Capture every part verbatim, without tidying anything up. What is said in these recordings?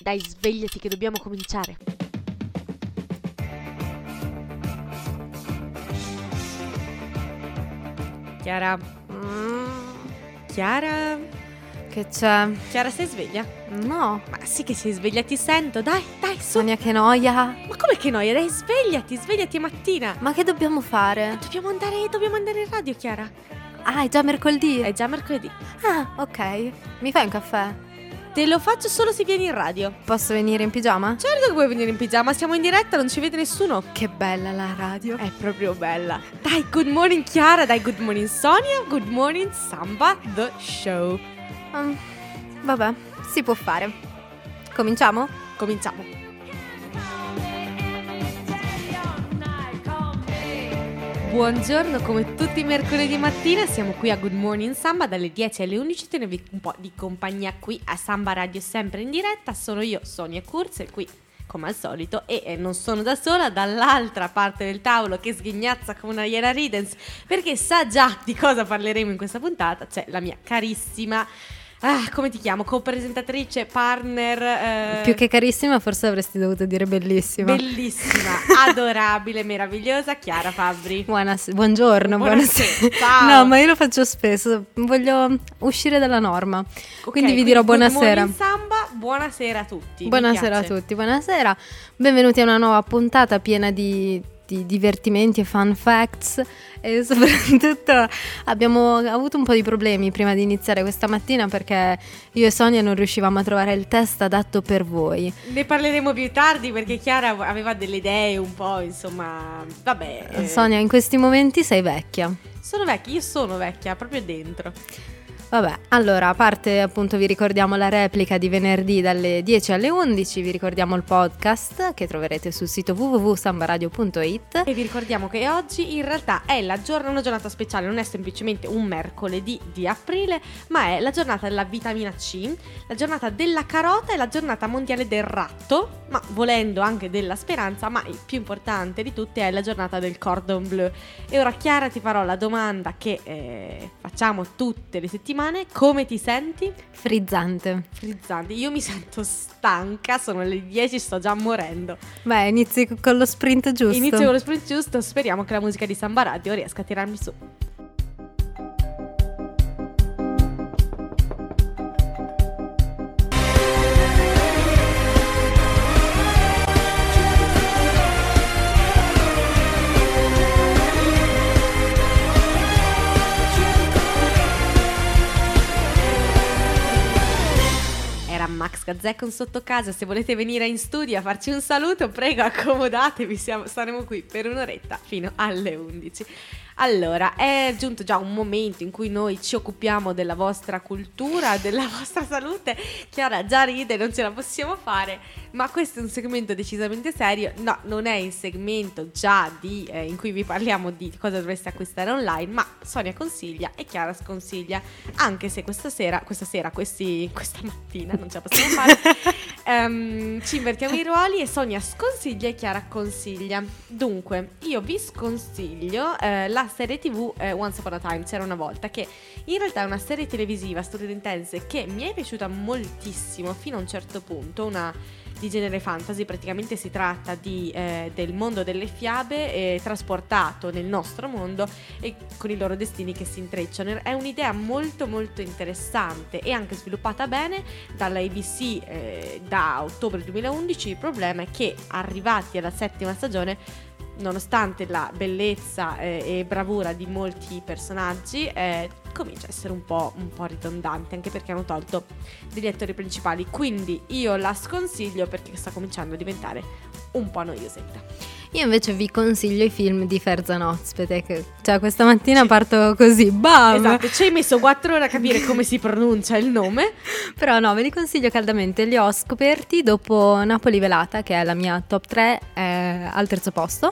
Dai, svegliati che dobbiamo cominciare. Chiara. Mm. Chiara. Che c'è? Chiara, sei sveglia? No. Ma sì che sei sveglia, ti sento. Dai, dai, su. Sonia, che noia. Ma come che noia? Dai, svegliati, svegliati, è mattina. Ma che dobbiamo fare? Dobbiamo andare, dobbiamo andare in radio, Chiara. Ah, è già mercoledì? È già mercoledì. Ah, ok. Mi fai un caffè? Te lo faccio solo se vieni in radio. Posso venire in pigiama? Certo che puoi venire in pigiama, siamo in diretta, non ci vede nessuno. Che bella la radio. È proprio bella. Dai, good morning Chiara, dai, good morning Sonia, good morning Samba, the show. Um, vabbè, si può fare. Cominciamo? Cominciamo. Buongiorno, come tutti i mercoledì mattina siamo qui a Good Morning Samba dalle dieci alle undici, tenevi un po' di compagnia qui a Samba Radio sempre in diretta. Sono io, Sonia Kurzel, qui come al solito e eh, non sono da sola, dall'altra parte del tavolo che sghignazza come una iena ridens perché sa già di cosa parleremo in questa puntata, c'è la mia carissima... Ah, come ti chiamo? Co-presentatrice, partner eh... Più che carissima forse avresti dovuto dire bellissima. Bellissima, adorabile, meravigliosa Chiara Fabbri. Buonas- Buongiorno, buonasera, buonasera. Ciao. No, ma io lo faccio spesso. Voglio uscire dalla norma, Okay, quindi vi dirò buonasera. Good morning Samba, buonasera a tutti. Buonasera a tutti, buonasera. Benvenuti a una nuova puntata piena di, di divertimenti e fun facts. E soprattutto abbiamo avuto un po' di problemi prima di iniziare questa mattina perché io e Sonia non riuscivamo a trovare il test adatto per voi. Ne parleremo più tardi perché Chiara aveva delle idee un po', insomma, vabbè. Eh. Sonia, in questi momenti sei vecchia. Sono vecchia, io sono vecchia, proprio dentro. Vabbè, allora, a parte appunto vi ricordiamo la replica di venerdì dalle dieci alle undici, vi ricordiamo il podcast che troverete sul sito w w w punto sambaradio punto it. E vi ricordiamo che oggi in realtà è la giornata, una giornata speciale, non è semplicemente un mercoledì di aprile, ma è la giornata della vitamina C, la giornata della carota e la giornata mondiale del ratto, ma volendo anche della speranza, ma il più importante di tutte è la giornata del cordon bleu. E ora Chiara ti farò la domanda che eh, facciamo tutte le settimane. Come ti senti? Frizzante. Frizzante. Io mi sento stanca, sono le dieci, sto già morendo. Beh, inizi con lo sprint giusto. Inizio con lo sprint giusto, speriamo che la musica di Samba Radio riesca a tirarmi su. Max Gazzè sotto casa, se volete venire in studio a farci un saluto, prego accomodatevi, siamo, staremo qui per un'oretta fino alle undici. Allora, è giunto già un momento in cui noi ci occupiamo della vostra cultura, della vostra salute. Chiara già ride, non ce la possiamo fare, ma questo è un segmento decisamente serio. No, non è il segmento già di, eh, in cui vi parliamo di cosa dovreste acquistare online, ma Sonia consiglia e Chiara sconsiglia, anche se questa sera, questa sera, questi, questa mattina non ce la possiamo fare. um, ci invertiamo i ruoli e Sonia sconsiglia e Chiara consiglia. Dunque, io vi sconsiglio eh, la serie tv eh, Once Upon a Time, c'era una volta, che in realtà è una serie televisiva statunitense che mi è piaciuta moltissimo fino a un certo punto, una di genere fantasy. Praticamente si tratta di, eh, del mondo delle fiabe eh, trasportato nel nostro mondo e con i loro destini che si intrecciano. È un'idea molto molto interessante e anche sviluppata bene dalla A B C eh, da ottobre duemilaundici. Il problema è che arrivati alla settima stagione, nonostante la bellezza eh, e bravura di molti personaggi, eh, comincia a essere un po', un po' ridondante, anche perché hanno tolto degli attori principali. Quindi io la sconsiglio perché sta cominciando a diventare un po' noiosetta. Io invece vi consiglio i film di Ferzan Özpetek. Cioè questa mattina sì. Parto così, bam! Esatto, ci hai messo quattro ore a capire come si pronuncia il nome. Però no, ve li consiglio caldamente. Li ho scoperti dopo Napoli Velata, che è la mia top tre, eh, al terzo posto.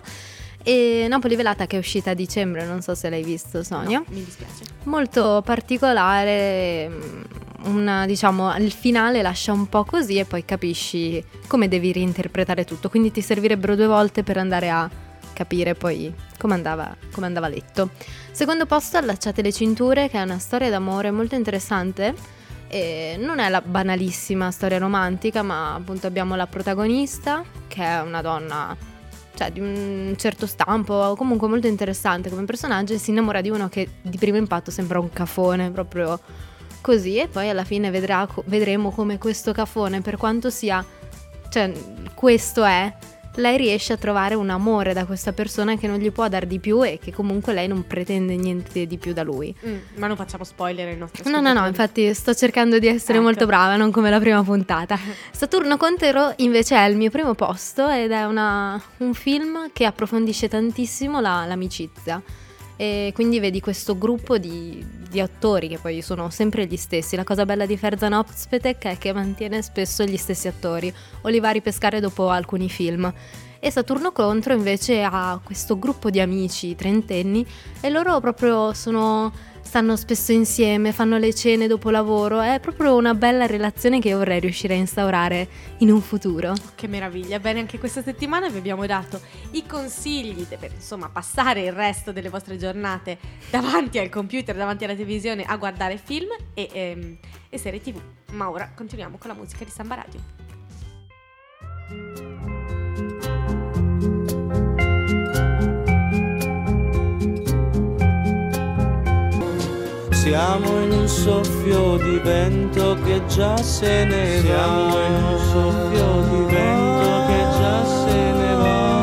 E Napoli Velata, che è uscita a dicembre, non so se l'hai visto, Sonia. No, mi dispiace. Molto particolare, una, diciamo, il finale lascia un po' così e poi capisci come devi reinterpretare tutto, quindi ti servirebbero due volte per andare a capire poi come andava, come andava letto. Secondo posto, Allacciate le cinture, che è una storia d'amore molto interessante E non è la banalissima storia romantica, ma appunto abbiamo la protagonista, che è una donna, cioè di un certo stampo, comunque molto interessante come personaggio, e si innamora di uno che di primo impatto sembra un cafone, proprio così, e poi alla fine vedrà, vedremo come questo cafone, per quanto sia, cioè questo è, lei riesce a trovare un amore da questa persona che non gli può dar di più e che comunque lei non pretende niente di più da lui. Mm, ma non facciamo spoiler ai nostri No, no, no, infatti sto cercando di essere ecco. molto brava, non come la prima puntata. Saturno contro invece è il mio primo posto ed è una, un film che approfondisce tantissimo la, l'amicizia. E quindi vedi questo gruppo di, di attori che poi sono sempre gli stessi. La cosa bella di Ferzan Özpetek è che mantiene spesso gli stessi attori o li va a ripescare dopo alcuni film. E Saturno contro invece ha questo gruppo di amici trentenni e loro proprio sono stanno spesso insieme, fanno le cene dopo lavoro. È proprio una bella relazione che io vorrei riuscire a instaurare in un futuro. Che meraviglia. Bene, anche questa settimana vi abbiamo dato i consigli per insomma passare il resto delle vostre giornate davanti al computer, davanti alla televisione a guardare film e, ehm, e serie tv. Ma ora continuiamo con la musica di Samba Radio. Siamo in un soffio di vento che già se ne va. Siamo in un soffio di vento che già se ne va.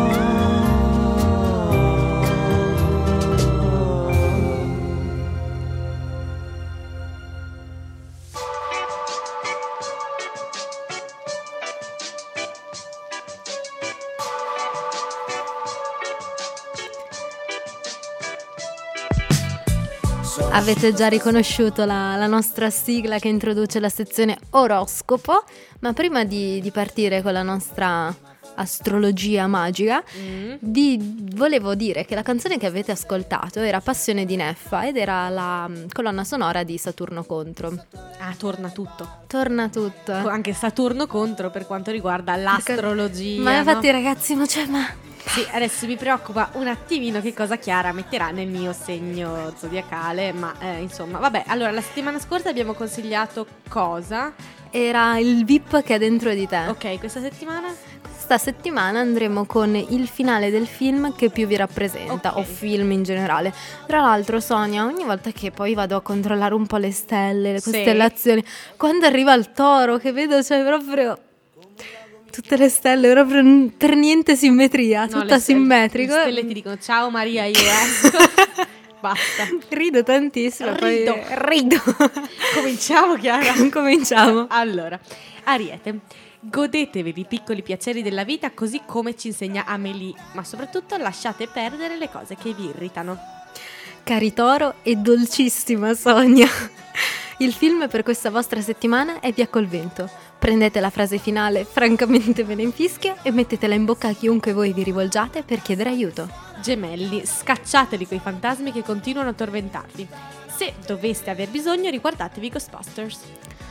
Avete già riconosciuto la, la nostra sigla che introduce la sezione oroscopo, ma prima di, di partire con la nostra astrologia magica, mm. vi volevo dire che la canzone che avete ascoltato era Passione di Neffa ed era la colonna sonora di Saturno contro. Ah, torna tutto. Torna tutto. Anche Saturno contro per quanto riguarda l'astrologia. Ma infatti no? ragazzi, ma cioè ma... Sì, adesso mi preoccupa un attimino che cosa Chiara metterà nel mio segno zodiacale, ma eh, insomma, vabbè, allora la settimana scorsa abbiamo consigliato cosa? Era il V I P che è dentro di te. Ok, questa settimana? Questa settimana andremo con il finale del film che più vi rappresenta, okay. O film in generale. Tra l'altro Sonia, ogni volta che poi vado a controllare un po' le stelle, le costellazioni, sì. Quando arriva il toro che vedo cioè proprio... tutte le stelle, proprio per niente simmetria, no, tutta simmetrico. Le stelle ti dicono ciao Maria, io esco. Basta. Rido tantissimo. Rido. Poi rido. Cominciamo, Chiara. Cominciamo. Allora, Ariete, godetevi i piccoli piaceri della vita così come ci insegna Amélie, ma soprattutto lasciate perdere le cose che vi irritano. Cari Toro e dolcissima Sonia, il film per questa vostra settimana è Via col vento. Prendete la frase finale, francamente ve ne infischia, e mettetela in bocca a chiunque voi vi rivolgiate per chiedere aiuto. Gemelli, scacciateli quei fantasmi che continuano a tormentarvi. Se doveste aver bisogno, riguardatevi Ghostbusters.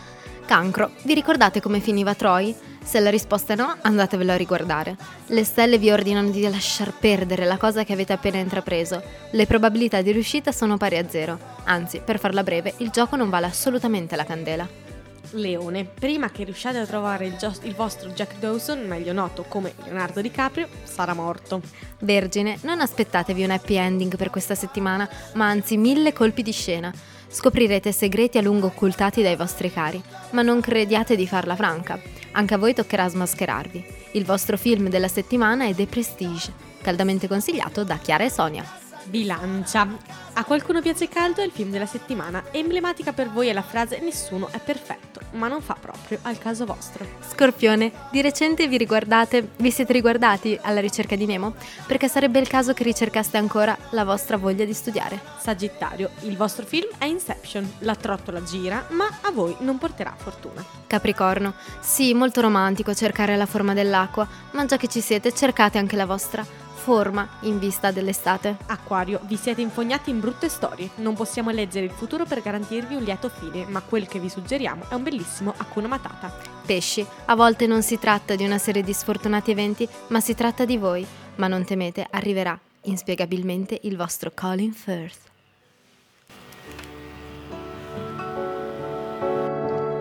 Cancro, vi ricordate come finiva Troy? Se la risposta è no, andatevelo a riguardare. Le stelle vi ordinano di lasciar perdere la cosa che avete appena intrapreso. Le probabilità di riuscita sono pari a zero. Anzi, per farla breve, il gioco non vale assolutamente la candela. Leone, prima che riusciate a trovare il, gio- il vostro Jack Dawson, meglio noto come Leonardo DiCaprio, sarà morto. Vergine, non aspettatevi un happy ending per questa settimana, ma anzi mille colpi di scena. Scoprirete segreti a lungo occultati dai vostri cari, ma non crediate di farla franca. Anche a voi toccherà smascherarvi. Il vostro film della settimana è The Prestige, caldamente consigliato da Chiara e Sonia. Bilancia, a qualcuno piace caldo è il film della settimana. Emblematica per voi è la frase nessuno è perfetto, ma non fa proprio al caso vostro. Scorpione, di recente vi riguardate, vi siete riguardati alla ricerca di Nemo? Perché sarebbe il caso che ricercaste ancora la vostra voglia di studiare. Sagittario, il vostro film è Inception, la trottola gira, ma a voi non porterà fortuna. Capricorno, sì, molto romantico cercare la forma dell'acqua, ma già che ci siete cercate anche la vostra forma in vista dell'estate. Acquario, vi siete infognati in brutte storie. Non possiamo leggere il futuro per garantirvi un lieto fine, ma quel che vi suggeriamo è un bellissimo Hakuna Matata. Pesci, a volte non si tratta di una serie di sfortunati eventi, ma si tratta di voi. Ma non temete, arriverà inspiegabilmente il vostro Colin Firth.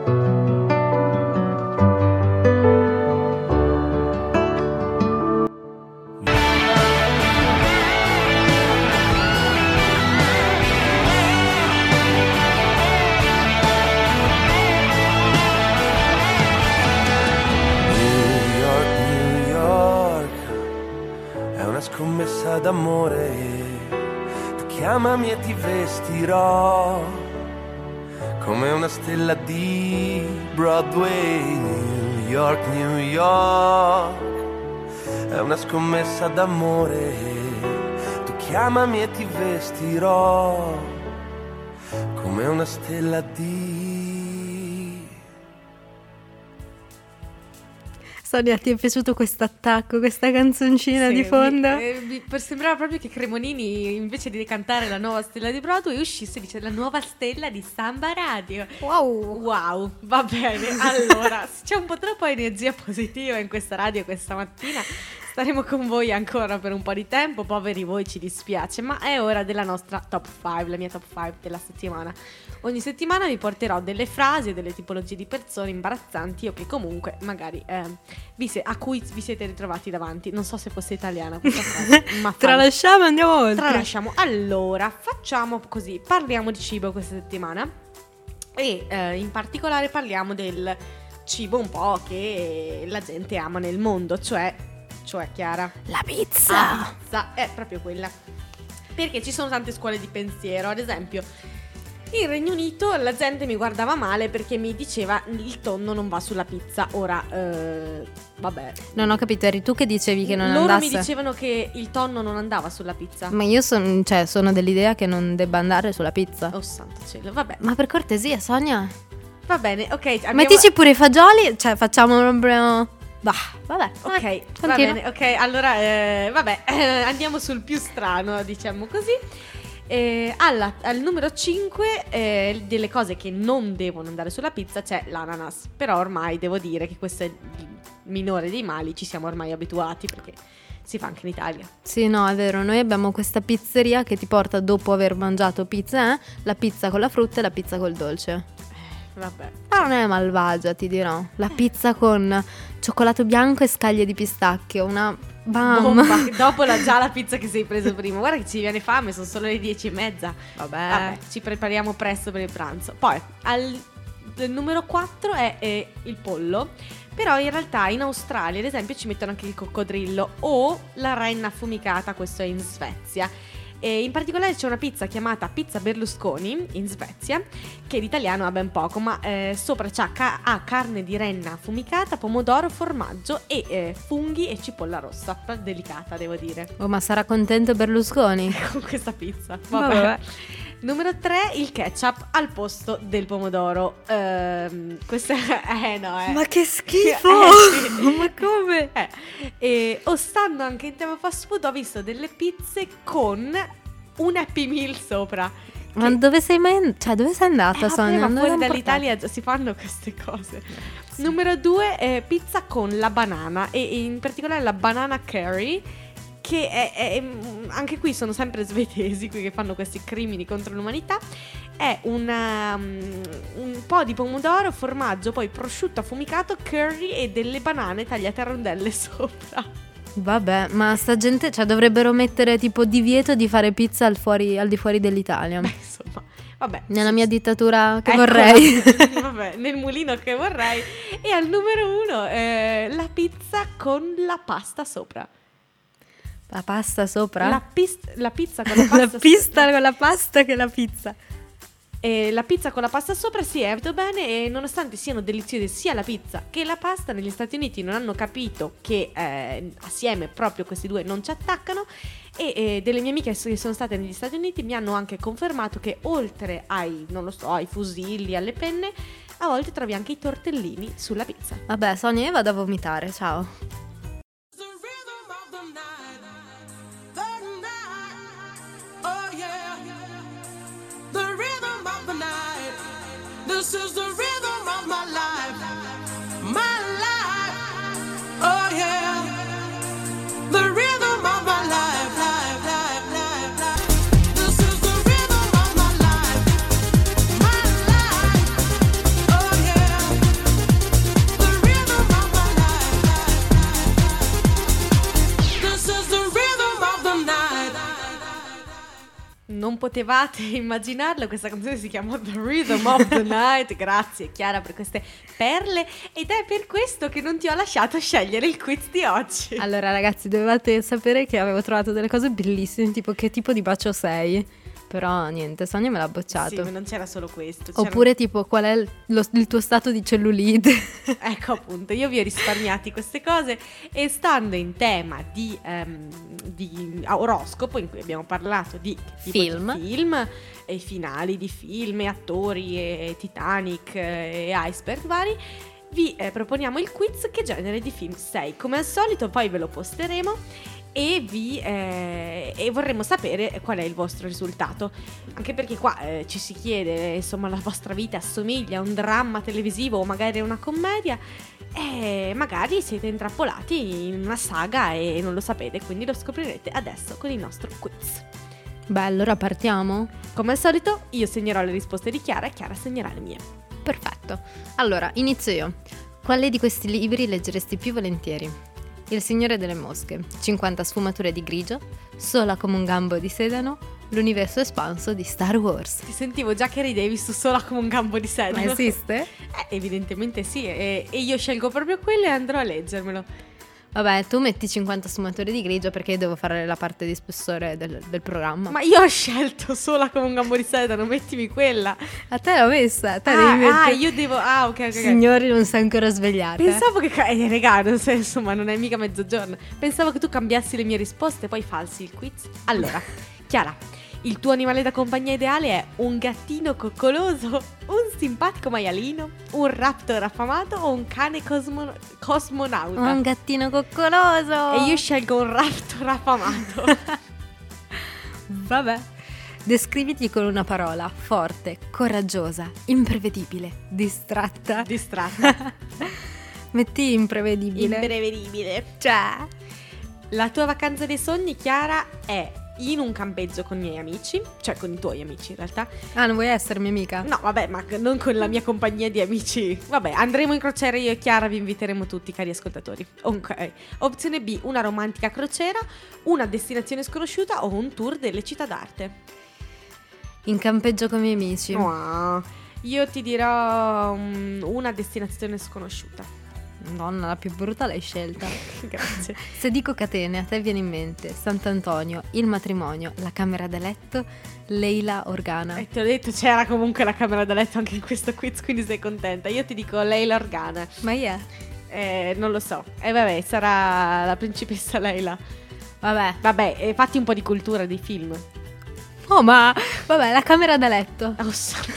scommessa d'amore. Tu chiamami e ti vestirò come una stella di Broadway, New York, New York. È una scommessa d'amore. Tu chiamami e ti vestirò come una stella di... Sonia, ti è piaciuto questo attacco, questa canzoncina Sì, di fondo? Mi, eh, mi per- sembrava proprio che Cremonini, invece di cantare la nuova stella di Broadway, uscisse e dice la nuova stella di Samba Radio. Wow! Wow, va bene. Allora, c'è un po' troppa energia positiva in questa radio questa mattina. Staremo con voi ancora per un po' di tempo, poveri voi, ci dispiace, ma è ora della nostra top cinque, la mia top cinque della settimana. Ogni settimana vi porterò delle frasi o delle tipologie di persone imbarazzanti o che comunque magari eh, vi se- a cui vi siete ritrovati davanti. Non so se fosse italiana questa frase, ma fa- Tralasciamo, andiamo oltre. tralasciamo. Allora, facciamo così, parliamo di cibo questa settimana e eh, in particolare parliamo del cibo un po' che la gente ama nel mondo, cioè, cioè Chiara, La pizza! la pizza è proprio quella. Perché ci sono tante scuole di pensiero, ad esempio in Regno Unito la gente mi guardava male perché mi diceva il tonno non va sulla pizza. Ora, eh, vabbè. Non ho capito, eri tu che dicevi che non Loro andasse? mi dicevano che il tonno non andava sulla pizza. Ma io son- cioè, sono dell'idea che non debba andare sulla pizza. Oh santo cielo, vabbè. Ma per cortesia, Sonia, Va bene, ok. Abbiamo... mettici pure i fagioli, cioè facciamo un... Bah, vabbè. Ok, eh, va continua. bene, ok, allora, eh, vabbè, eh, andiamo sul più strano, diciamo così. Eh, alla- al numero cinque eh, delle cose che non devono andare sulla pizza c'è l'ananas. Però ormai devo dire che questo è il minore dei mali, ci siamo ormai abituati perché si fa anche in Italia. Sì, no, è vero, noi abbiamo questa pizzeria che ti porta dopo aver mangiato pizza, eh, la pizza con la frutta e la pizza col dolce. Vabbè. Ma non è malvagia, ti dirò. La pizza con cioccolato bianco e scaglie di pistacchio, una bam. Bomba, dopo la, già la pizza che sei preso prima. Guarda che ci viene fame, sono solo le dieci e mezza. Vabbè. Vabbè, ci prepariamo presto per il pranzo. Poi, al il numero quattro è, è il pollo. Però in realtà in Australia, ad esempio, ci mettono anche il coccodrillo o la renna affumicata, questo è in Svezia. E in particolare c'è una pizza chiamata pizza Berlusconi in Svezia, che in italiano ha ben poco, ma eh, sopra c'ha ca- ha carne di renna affumicata, pomodoro, formaggio e eh, funghi e cipolla rossa. Delicata, devo dire, Oh, ma sarà contento Berlusconi? con questa pizza. Vabbè. Vabbè. Numero tre, il ketchup al posto del pomodoro. Ehm, questo è... Eh no, eh. Ma che schifo! Eh, sì. Ma come? Eh, e, o stando anche in tema fast food, ho visto delle pizze con un Happy Meal sopra. Ma dove sei mai cioè dove sei andata, Eh, Sonia? vabbè, ma Non fuori l'hanno dall'Italia già si fanno queste cose. Numero due, è pizza con la banana e in particolare la banana curry, che è, è- anche qui sono sempre svedesi qui che fanno questi crimini contro l'umanità. È una, um, un po' di pomodoro, formaggio, poi prosciutto affumicato, curry e delle banane tagliate a rondelle sopra. portato. Vabbè, ma sta gente, cioè dovrebbero mettere tipo divieto di fare pizza al, fuori, al di fuori dell'Italia. Beh, insomma, vabbè. Nella mia dittatura che Eccola. vorrei. Vabbè, nel mulino che vorrei. E al numero uno, eh, la pizza con la pasta sopra. La pasta sopra? La, pis- la pizza con la pasta La pista con la pasta che la pizza. E la pizza con la pasta sopra si è venuto bene e nonostante siano deliziose sia la pizza che la pasta, negli Stati Uniti non hanno capito che eh, assieme proprio questi due non ci attaccano e eh, delle mie amiche che sono state negli Stati Uniti mi hanno anche confermato che oltre ai, non lo so, ai fusilli, alle penne, a volte trovi anche i tortellini sulla pizza. Vabbè, Sonia, io vado a vomitare, ciao. The rhythm of the night, the night, oh yeah. The rhythm of the night, this is the rhythm of my life, my life, oh yeah. The rhythm of my life, life, life, life, life. This is the rhythm of my life, my life, oh yeah. The rhythm of my life, life, life, life. This is the rhythm of the night. non potevate immaginarlo, questa canzone si chiama The Rhythm of the Night. Grazie Chiara per queste perle, ed è per questo che non ti ho lasciato scegliere il quiz di oggi. Allora ragazzi, dovevate sapere che avevo trovato delle cose bellissime, tipo che tipo di bacio sei. Però niente, Sonia me l'ha bocciato. Sì, ma non c'era solo questo. c'era- Oppure tipo qual è il, lo- il tuo stato di cellulite. Ecco appunto, io vi ho risparmiati queste cose, e stando in tema di, ehm, di oroscopo, in cui abbiamo parlato di che tipo Film. di film e finali di film e attori e Titanic e iceberg vari, vi eh, proponiamo il quiz: che genere di film sei? Come al solito poi ve lo posteremo e vi eh, e vorremmo sapere qual è il vostro risultato, anche perché qua eh, ci si chiede, insomma, la vostra vita assomiglia a un dramma televisivo o magari a una commedia, e magari siete intrappolati in una saga e non lo sapete, quindi lo scoprirete adesso con il nostro quiz. Beh, allora partiamo? Come al solito io segnerò le risposte di Chiara e Chiara segnerà le mie. Perfetto. Allora, inizio io. Quale di questi libri leggeresti più volentieri? Il Signore delle Mosche, cinquanta sfumature di grigio, Sola come un gambo di sedano, L'universo espanso di Star Wars. Ti sentivo già che ridevi su Sola come un gambo di sedano. Ma esiste? Eh, evidentemente sì, e, e io scelgo proprio quello e andrò a leggermelo. Vabbè, tu metti cinquanta sfumature di grigio perché io devo fare la parte di spessore del, del programma. Ma io ho scelto Sola come un gambo di sedano, mettimi quella. a te l'ho messa, a te Ah, devi ah, mettere- io devo... Ah, ok, ok, ok. Signori, non sei ancora svegliata. Pensavo che... Eh, regà, nel senso, ma non è mica mezzogiorno. Pensavo che tu cambiassi le mie risposte e poi falsi il quiz. Allora, Chiara, il tuo animale da compagnia ideale è un gattino coccoloso, un simpatico maialino, un raptor affamato o un cane cosmo- cosmonauta? Un gattino coccoloso. E io scelgo un raptor affamato. Vabbè. Descriviti con una parola: forte, coraggiosa, imprevedibile, distratta. Distratta. Metti imprevedibile. Imprevedibile. Cioè, La tua vacanza dei sogni, Chiara, è in un campeggio con i miei amici, cioè con i tuoi amici in realtà. ah, non vuoi essere mia amica? No, vabbè, ma non con la mia compagnia di amici. Vabbè, andremo in crociera io e Chiara, vi inviteremo tutti, cari ascoltatori. Ok. Opzione B, una romantica crociera, una destinazione sconosciuta o un tour delle città d'arte. In campeggio con i miei amici. Wow. Io ti dirò um, una destinazione sconosciuta. Madonna, la più brutta l'hai scelta. Grazie. Se dico catene, a te viene in mente Sant'Antonio, il matrimonio, la camera da letto, Leila Organa. E ti ho detto, c'era comunque la camera da letto anche in questo quiz, quindi sei contenta. Io ti dico Leila Organa. Ma yeah. Eh, non lo so. E eh, vabbè, sarà la principessa Leila. Vabbè. Vabbè, eh, fatti un po' di cultura dei film. Oh, ma vabbè, la camera da letto. Oh, santo.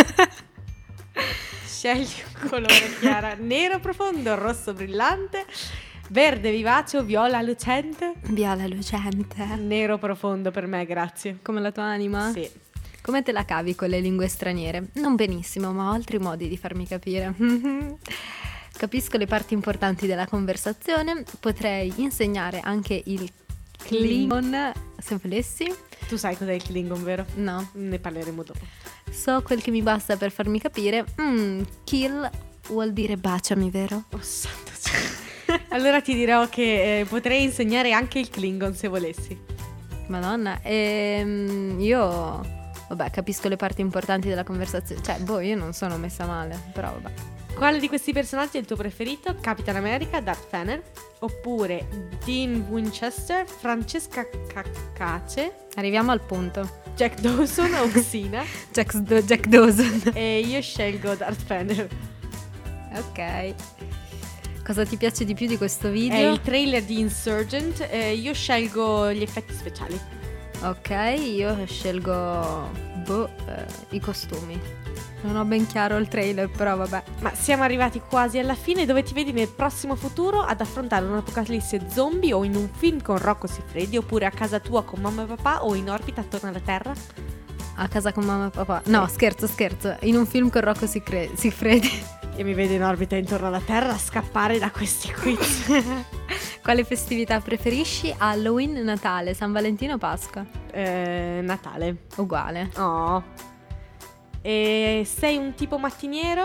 Scegli un colore, Chiara. Nero profondo, rosso brillante, verde vivace o viola lucente? Viola lucente. Nero profondo per me, grazie. Come la tua anima? Sì. Come te la cavi con le lingue straniere? Non benissimo, ma ho altri modi di farmi capire. Capisco le parti importanti della conversazione. Potrei insegnare anche il Klingon, se volessi. Tu sai cos'è il Klingon, vero? No, Ne parleremo dopo. so quel che mi basta per farmi capire. Mm, kill vuol dire baciami, vero? Oh, santo cielo. Allora ti dirò che eh, potrei insegnare anche il Klingon se volessi. Madonna, ehm, io... Vabbè, capisco le parti importanti della conversazione. Cioè, boh, io non sono messa male, però vabbè. Quale di questi personaggi è il tuo preferito? Capitan America, Darth Vader, oppure Dean Winchester, Francesca Cacace, Arriviamo al punto. Jack Dawson o Xena? Jack, Jack Dawson. E io scelgo Darth Vader. Ok. Cosa ti piace di più di questo È video? il trailer di Insurgent. E io scelgo gli effetti speciali. Ok, io scelgo boh, eh, i costumi. Non ho ben chiaro il trailer, però vabbè. Ma siamo arrivati quasi alla fine, dove ti vedi nel prossimo futuro ad affrontare un'apocalisse zombie o in un film con Rocco Siffredi, oppure a casa tua con mamma e papà o in orbita attorno alla Terra? A casa con mamma e papà. No, scherzo, scherzo. In un film con Rocco Siffre- Siffredi. Io mi vedo in orbita intorno alla Terra a scappare da questi quiz. Quale festività preferisci? Halloween, Natale, San Valentino o Pasqua? eh, Natale. Uguale. Oh. E sei un tipo mattiniero?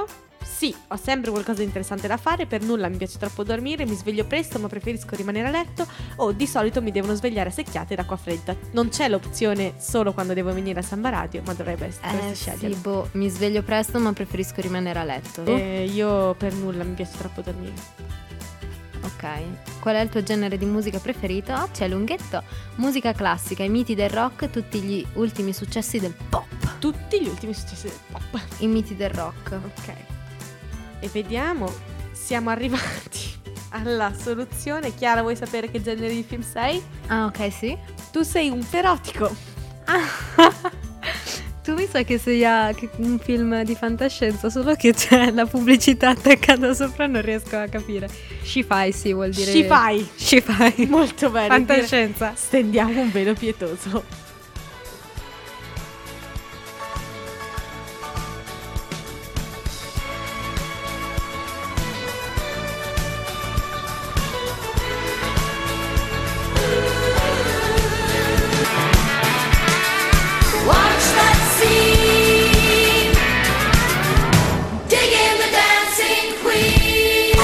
Sì, ho sempre qualcosa di interessante da fare, per nulla mi piace troppo dormire, mi sveglio presto ma preferisco rimanere a letto, o di solito mi devono svegliare a secchiate d'acqua fredda. Non c'è l'opzione solo quando devo venire a Samba Radio, ma dovrebbe essere Eh sì, scegliere. boh, mi sveglio presto ma preferisco rimanere a letto. Eh, io per nulla mi piace troppo dormire. Ok, qual è il tuo genere di musica preferito? Ah, c'è lunghetto. Musica classica, i miti del rock, tutti gli ultimi successi del pop. Tutti gli ultimi successi del pop. I miti del rock. Ok. E vediamo, siamo arrivati alla soluzione. Chiara, vuoi sapere che genere di film sei? Ah, ok, sì. Tu sei un erotico. Tu mi sa che sia che- un film di fantascienza, solo che c'è la pubblicità attaccata sopra, non riesco a capire. Sci-fi, sì, vuol dire... Sci-fi. Sci-fi. Molto bene. Fantascienza. Dire- Stendiamo un velo pietoso. Watch that scene. Dig in the dancing queen.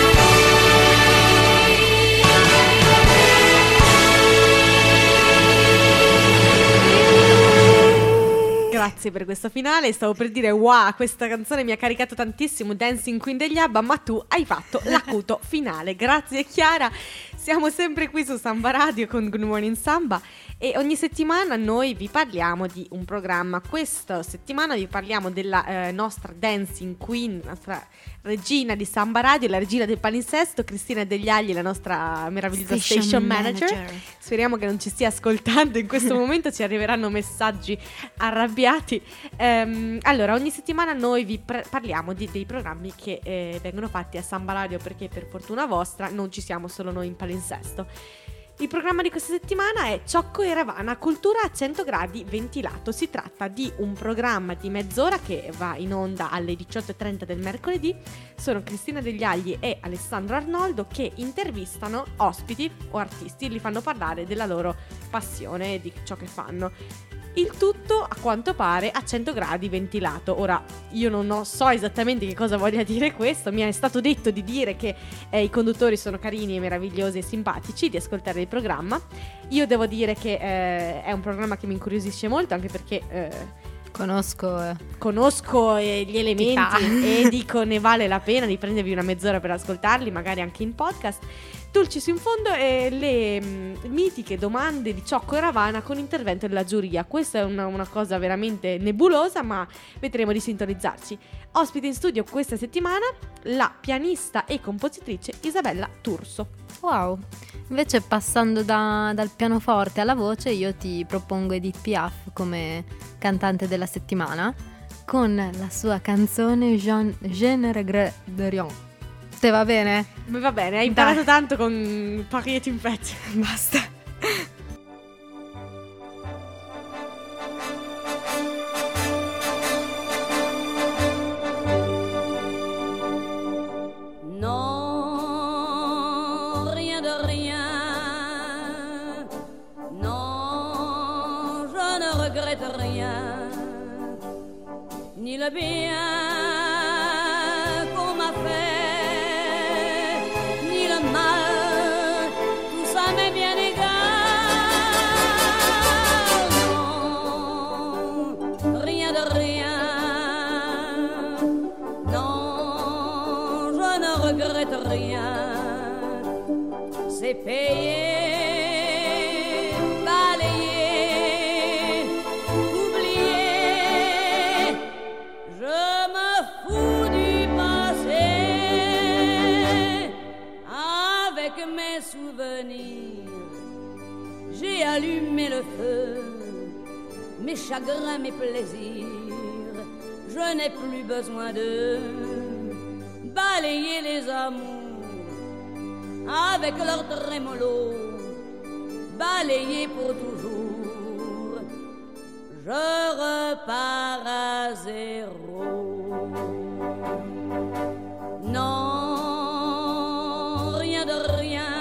Grazie per questo finale. Stavo per dire wow, questa canzone mi ha caricato tantissimo, Dancing Queen degli ABBA, ma tu hai fatto l'acuto finale. Grazie Chiara. Siamo sempre qui su Samba Radio con Good Morning Samba e ogni settimana noi vi parliamo di un programma. Questa settimana vi parliamo della eh, nostra Dancing Queen, nostra regina di Samba Radio, la regina del palinsesto, Cristina Degli Agli, la nostra meravigliosa station, Station manager. manager. Speriamo che non ci stia ascoltando in questo momento, ci arriveranno messaggi arrabbiati. Ehm, allora, ogni settimana noi vi pre- parliamo di dei programmi che eh, vengono fatti a Samba Radio, perché per fortuna vostra non ci siamo solo noi in palinsesto. Il programma di questa settimana è Ciocco e Ravana, cultura a cento gradi ventilato. Si tratta di un programma di mezz'ora che va in onda alle diciotto e trenta del mercoledì. Sono Cristina Degli Agli e Alessandro Arnoldo che intervistano ospiti o artisti e li fanno parlare della loro passione e di ciò che fanno. Il tutto a quanto pare a cento gradi ventilato. Ora io non ho- so esattamente che cosa voglia dire questo. Mi è stato detto di dire che eh, i conduttori sono carini e meravigliosi e simpatici, di ascoltare il programma. Io devo dire che eh, è un programma che mi incuriosisce molto, anche perché eh, Conosco... eh. conosco eh, gli elementi fa. e dico ne vale la pena di prendervi una mezz'ora per ascoltarli, magari anche in podcast. Dulcis in fondo e le mm, mitiche domande di Ciocco e Ravana con intervento della giuria. Questa è una, una cosa veramente nebulosa, ma vedremo di sintonizzarci. Ospite in studio questa settimana la pianista e compositrice Isabella Turso. Wow. Invece passando da- dal pianoforte alla voce, io ti propongo Edith Piaf come cantante della settimana con la sua canzone Jean, Je ne regrette de rien. Te va bene? Ma va bene, hai imparato tanto con Paris in fête. Basta. Non, rien de rien. Non, je ne regrette rien. Ni le bien qu'on m'a fait, ni le mal, tout ça m'est bien égal. Non, rien de rien. Non, je ne regrette rien. C'est payé, balayé, oublié. Je me fous du passé. Avec mes souvenirs, j'ai allumé le feu. Mes chagrins, mes plaisirs, je n'ai plus besoin de balayer les amours avec leur trémolo, balayer pour toujours. Je repars à zéro. Non, rien de rien.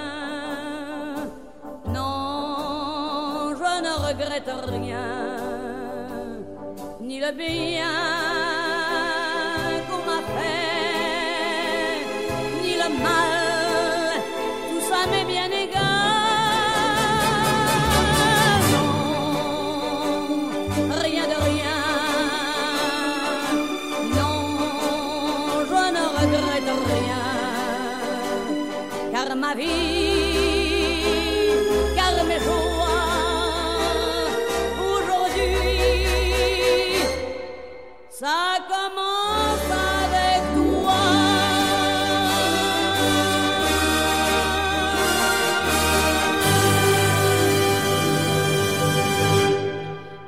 Non, je ne regrette rien. Ni le bien qu'on m'a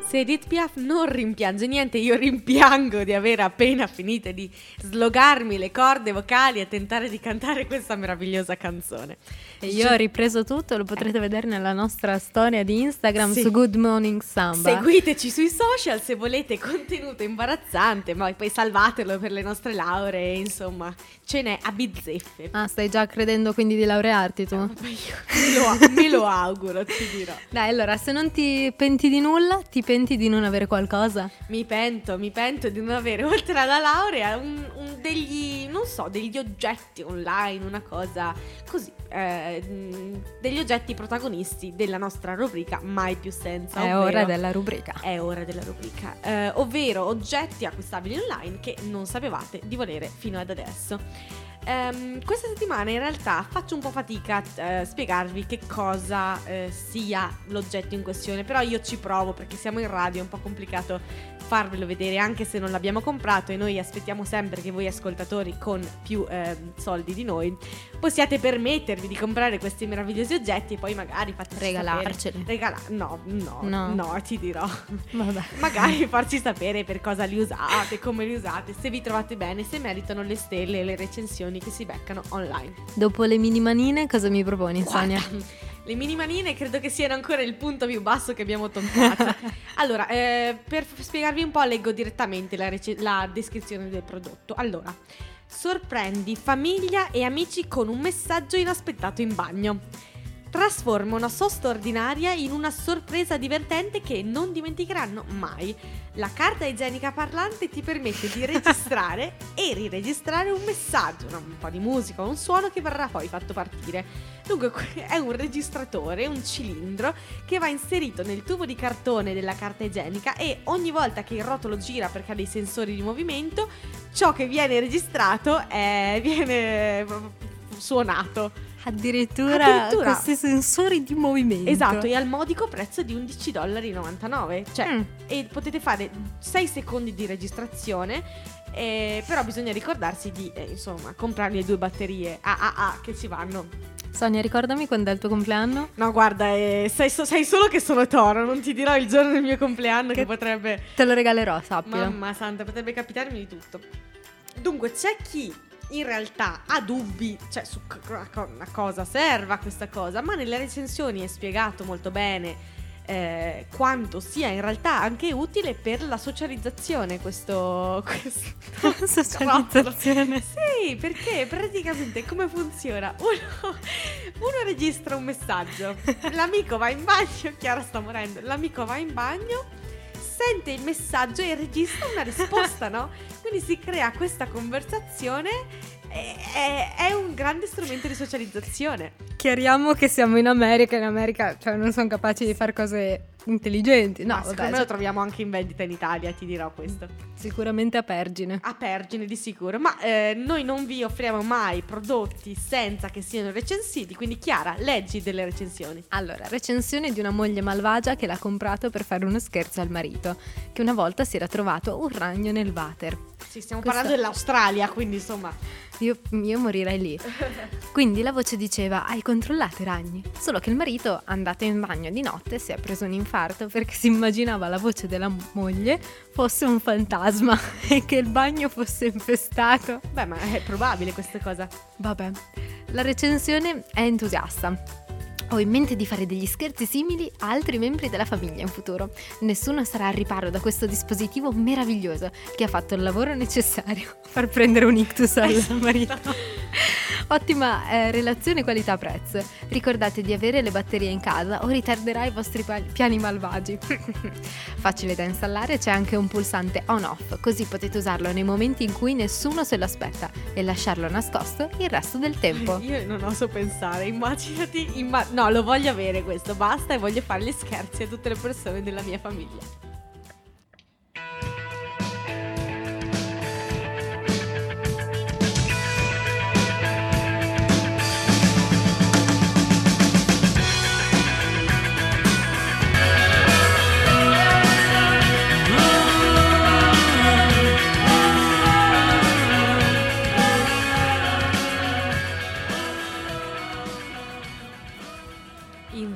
Se Edith Piaf non rimpiange niente, io rimpiango di aver appena finito di slogarmi le corde vocali e tentare di cantare questa meravigliosa canzone. E io ho ripreso tutto, lo potrete vedere nella nostra storia di Instagram Sì. su Good Morning Samba. Seguiteci sui social se volete contenuto imbarazzante, ma poi salvatelo per le nostre lauree, insomma, ce n'è a bizzeffe. Ah, stai già credendo quindi di laurearti tu? Ma io me lo, me lo auguro, ti dirò. Dai, allora, se non ti penti di nulla, ti penti di non avere qualcosa? Mi pento, mi pento di non avere, oltre alla laurea, un, un degli, non so, degli oggetti online, una cosa così, eh, mh, degli oggetti protagonisti della nostra rubrica Mai più senza. È ovvero- ora della rubrica. È ora della rubrica, eh, ovvero oggetti acquistabili online che non sapevate di volere fino ad adesso. Ehm, questa settimana in realtà faccio un po' fatica a eh, spiegarvi che cosa eh, sia l'oggetto in questione, però io ci provo perché siamo in radio, è un po' complicato farvelo vedere anche se non l'abbiamo comprato e noi aspettiamo sempre che voi ascoltatori con più eh, soldi di noi possiate permettervi di comprare questi meravigliosi oggetti e poi magari fateci Regalarceli. sapere. Regala- no, no, no, No. ti dirò. Vabbè. Magari farci sapere per cosa li usate, come li usate, se vi trovate bene, se meritano le stelle e le recensioni che si beccano online. Dopo le mini manine, cosa mi proponi, Sonia? Guarda, le mini manine credo che siano ancora il punto più basso che abbiamo toccato. Allora, eh, per spiegarvi un po' leggo direttamente la, rece- la descrizione del prodotto. Allora, sorprendi famiglia e amici con un messaggio inaspettato in bagno. Trasforma una sosta ordinaria in una sorpresa divertente che non dimenticheranno mai. La carta igienica parlante ti permette di registrare e riregistrare un messaggio, no, un po' di musica, un suono che verrà poi fatto partire. Dunque è un registratore, un cilindro che va inserito nel tubo di cartone della carta igienica e ogni volta che il rotolo gira perché ha dei sensori di movimento, ciò che viene registrato è, viene suonato. Addirittura, Addirittura. questi sensori di movimento. Esatto, e al modico prezzo di undici virgola novantanove dollari. Cioè, Mm. e potete fare sei secondi di registrazione, eh, però bisogna ricordarsi di, eh, insomma, comprare le due batterie A A A che ci vanno. Sonia, ricordami quando è il tuo compleanno? No, guarda, eh, sai, so- sai solo che sono toro, non ti dirò il giorno del mio compleanno che, Che- potrebbe... Te lo regalerò, sappilo. Mamma santa, potrebbe capitarmi di tutto. Dunque, c'è chi in realtà ha dubbi, cioè su c- c- a cosa serva questa cosa, ma nelle recensioni è spiegato molto bene eh, quanto sia in realtà anche utile per la socializzazione questo, questo Socializzazione. Sì, perché praticamente come funziona? Uno, uno registra un messaggio, l'amico va in bagno, Chiara sta morendo, l'amico va in bagno, sente il messaggio e registra una risposta, no? Quindi si crea questa conversazione e è, è un grande strumento di socializzazione. Chiariamo che siamo in America, in America cioè non sono capaci di fare cose intelligenti. No, Ma vabbè, secondo me cioè, lo troviamo anche in vendita in Italia, ti dirò questo. sicuramente a Pergine. A Pergine di sicuro, ma eh, noi non vi offriamo mai prodotti senza che siano recensiti, quindi Chiara, leggi delle recensioni. Allora, recensione di una moglie malvagia che l'ha comprato per fare uno scherzo al marito, che una volta si era trovato un ragno nel water. Sì, stiamo Questa- parlando dell'Australia, quindi insomma... Io, io morirei lì. Quindi la voce diceva: hai controllato i ragni? Solo che il marito, andato in bagno di notte, si è preso un infarto perché si immaginava la voce della moglie fosse un fantasma e che il bagno fosse infestato. Beh, ma è probabile questa cosa. Vabbè, la recensione è entusiasta. Ho in mente di fare degli scherzi simili a altri membri della famiglia in futuro. Nessuno sarà al riparo da questo dispositivo meraviglioso che ha fatto il lavoro necessario a far prendere un ictus al marito. Ottima eh, relazione qualità-prezzo. Ricordate di avere le batterie in casa o ritarderà i vostri pa- piani malvagi. Facile da installare, c'è anche un pulsante on-off, così potete usarlo nei momenti in cui nessuno se lo aspetta e lasciarlo nascosto il resto del tempo. Io non oso pensare, immaginati, imma- no, lo voglio avere questo, basta, e voglio fare gli scherzi a tutte le persone della mia famiglia. In the Name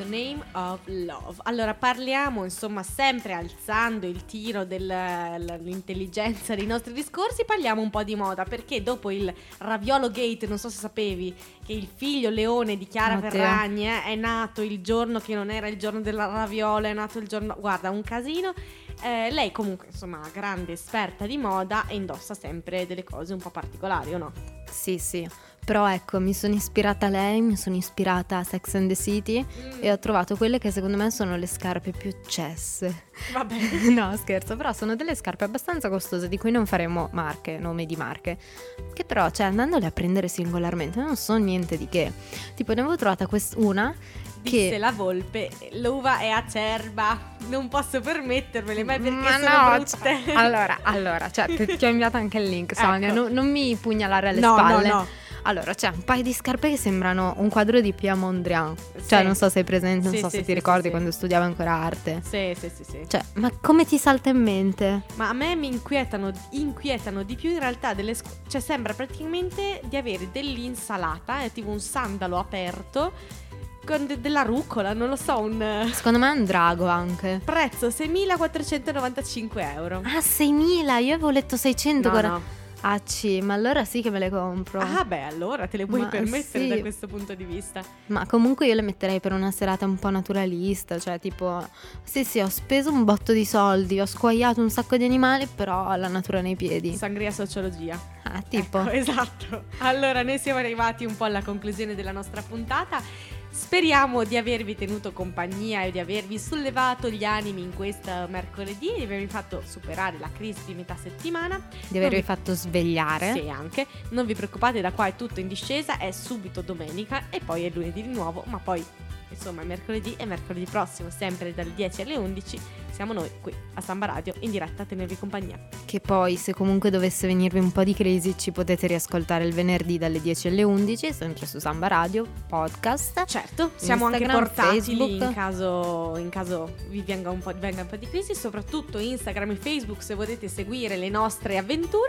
of Love. Allora parliamo, insomma, sempre alzando il tiro dell'intelligenza dei nostri discorsi, parliamo un po' di moda, perché dopo il Raviolo Gate, non so se sapevi che il figlio leone di Chiara Oddio. Ferragni eh, è nato il giorno che non era il giorno della raviola, è nato il giorno, guarda, un casino. Eh, lei comunque, insomma, grande esperta di moda e indossa sempre delle cose un po' particolari, o no? Sì, sì. Però ecco, mi sono ispirata a lei, mi sono ispirata a Sex and the City Mm. e ho trovato quelle che secondo me sono le scarpe più cesse. Vabbè. No, scherzo, però sono delle scarpe abbastanza costose di cui non faremo marche, nome di marche, che però, cioè, andandole a prendere singolarmente non sono niente di che. Tipo, ne avevo trovata quest- una Disse che... la volpe, l'uva è acerba, non posso permettermele, ma perché Ma sono no, brutte. cioè, allora, allora, cioè, ti, ti ho inviato anche il link, Sonia, Ecco. non, non mi pugnalare alle No, no, spalle. no. Allora, c'è un paio di scarpe che sembrano un quadro di Pia Mondrian. Cioè, Sì. non so se hai presente, non Sì, so sì, se sì, ti ricordi sì, sì. quando studiavo ancora arte. Sì, sì, sì, sì. Cioè, ma come ti salta in mente? Ma a me mi inquietano, inquietano di più in realtà delle sc- cioè sembra praticamente di avere dell'insalata, è tipo un sandalo aperto con de- della rucola, non lo so, un eh, Secondo me è un drago anche. prezzo seimilaquattrocentonovantacinque euro. Ah, seimila, io avevo letto seicento. No, guarda. no. Ah, sì, ma allora sì che me le compro. Ah beh, allora te le puoi Ma permettere sì. da questo punto di vista. Ma comunque io le metterei per una serata un po' naturalista, cioè tipo, sì sì, ho speso un botto di soldi, ho squagliato un sacco di animali, però ho la natura nei piedi. Sangria sociologia. Ah, tipo, Ecco, esatto. Allora, noi siamo arrivati un po' alla conclusione della nostra puntata. Speriamo di avervi tenuto compagnia e di avervi sollevato gli animi in questo mercoledì, di avervi fatto superare la crisi di metà settimana. di avervi Non vi- fatto svegliare. Sì, anche. Non vi preoccupate, da qua è tutto in discesa, è subito domenica e poi è lunedì di nuovo, ma poi, insomma, è mercoledì e mercoledì prossimo, sempre dalle dieci alle undici, siamo noi qui a Samba Radio in diretta a tenervi compagnia. Che poi, se comunque dovesse venirvi un po' di crisi, ci potete riascoltare il venerdì dalle dieci alle undici, sempre su Samba Radio, podcast. Certo, siamo Instagram, anche portatili Facebook. in caso, in caso vi venga un, po', venga un po' di crisi, soprattutto Instagram e Facebook se volete seguire le nostre avventure.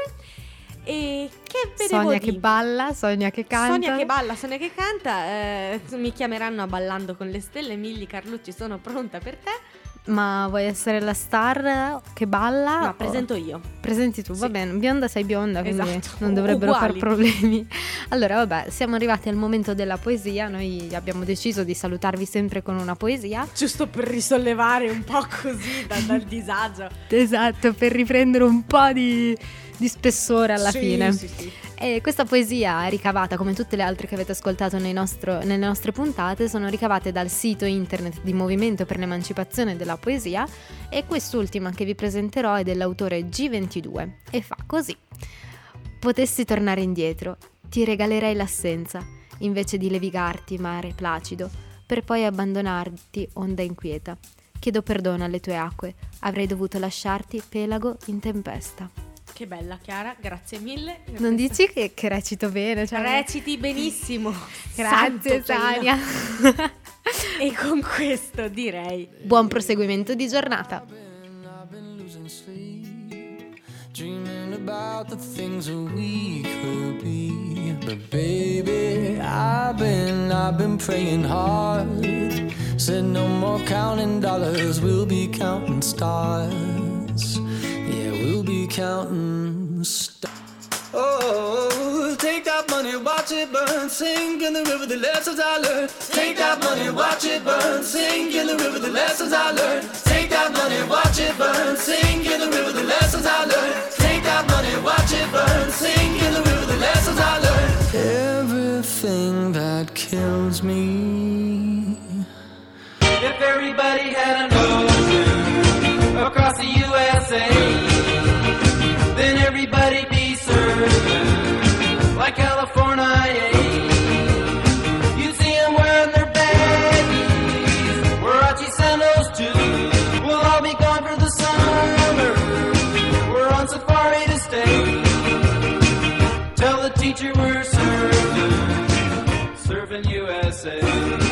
E che vedevo Sonia di- che balla, Sonia che canta. Sonia che balla, Sonia che canta, eh, mi chiameranno a Ballando con le Stelle, Milli Carlucci, sono pronta per te. Ma vuoi essere la star che balla? No, o- presento io. Presenti tu, va Sì. bene, bionda sei bionda, quindi Esatto, non dovrebbero uguali. far problemi. Allora, vabbè, siamo arrivati al momento della poesia, noi abbiamo deciso di salutarvi sempre con una poesia. Giusto per risollevare un po' così da- dal disagio. Esatto, per riprendere un po' di, di spessore alla Sì, fine. sì, sì. E questa poesia è ricavata, come tutte le altre che avete ascoltato nei nostro- nelle nostre puntate, sono ricavate dal sito internet di Movimento per l'Emancipazione della Poesia, e quest'ultima che vi presenterò è dell'autore G ventidue e fa così. Potessi tornare indietro, ti regalerei l'assenza, invece di levigarti mare placido, per poi abbandonarti onda inquieta. Chiedo perdono alle tue acque, avrei dovuto lasciarti pelago in tempesta. Che bella Chiara, grazie mille. Non dici che, che recito bene? Cioè, Reciti benissimo. grazie Santo Sania. cielo. E con questo direi Buon proseguimento di giornata. I've been losing sleep, dreaming about the things that we could be. But baby, I've been, I've been praying hard. Said no more counting dollars, we'll be counting stars. Yeah, we'll be counting stars. Oh, take that money, watch it burn, sink in the river, the lessons I learned. Take that money, watch it burn, sink in the river, the lessons I learned. Take that money, watch it burn, sink in the river, the lessons I learned. Take that money, watch it burn, sink in the river, the lessons I learned. Everything that kills me. If everybody had an ocean across the U S A, then everybody'd be served like California. You'd see them wearing their baggies, Warachi sandals too. We'll all be gone for the summer, we're on safari to stay. Tell the teacher we're serving, serving U S A.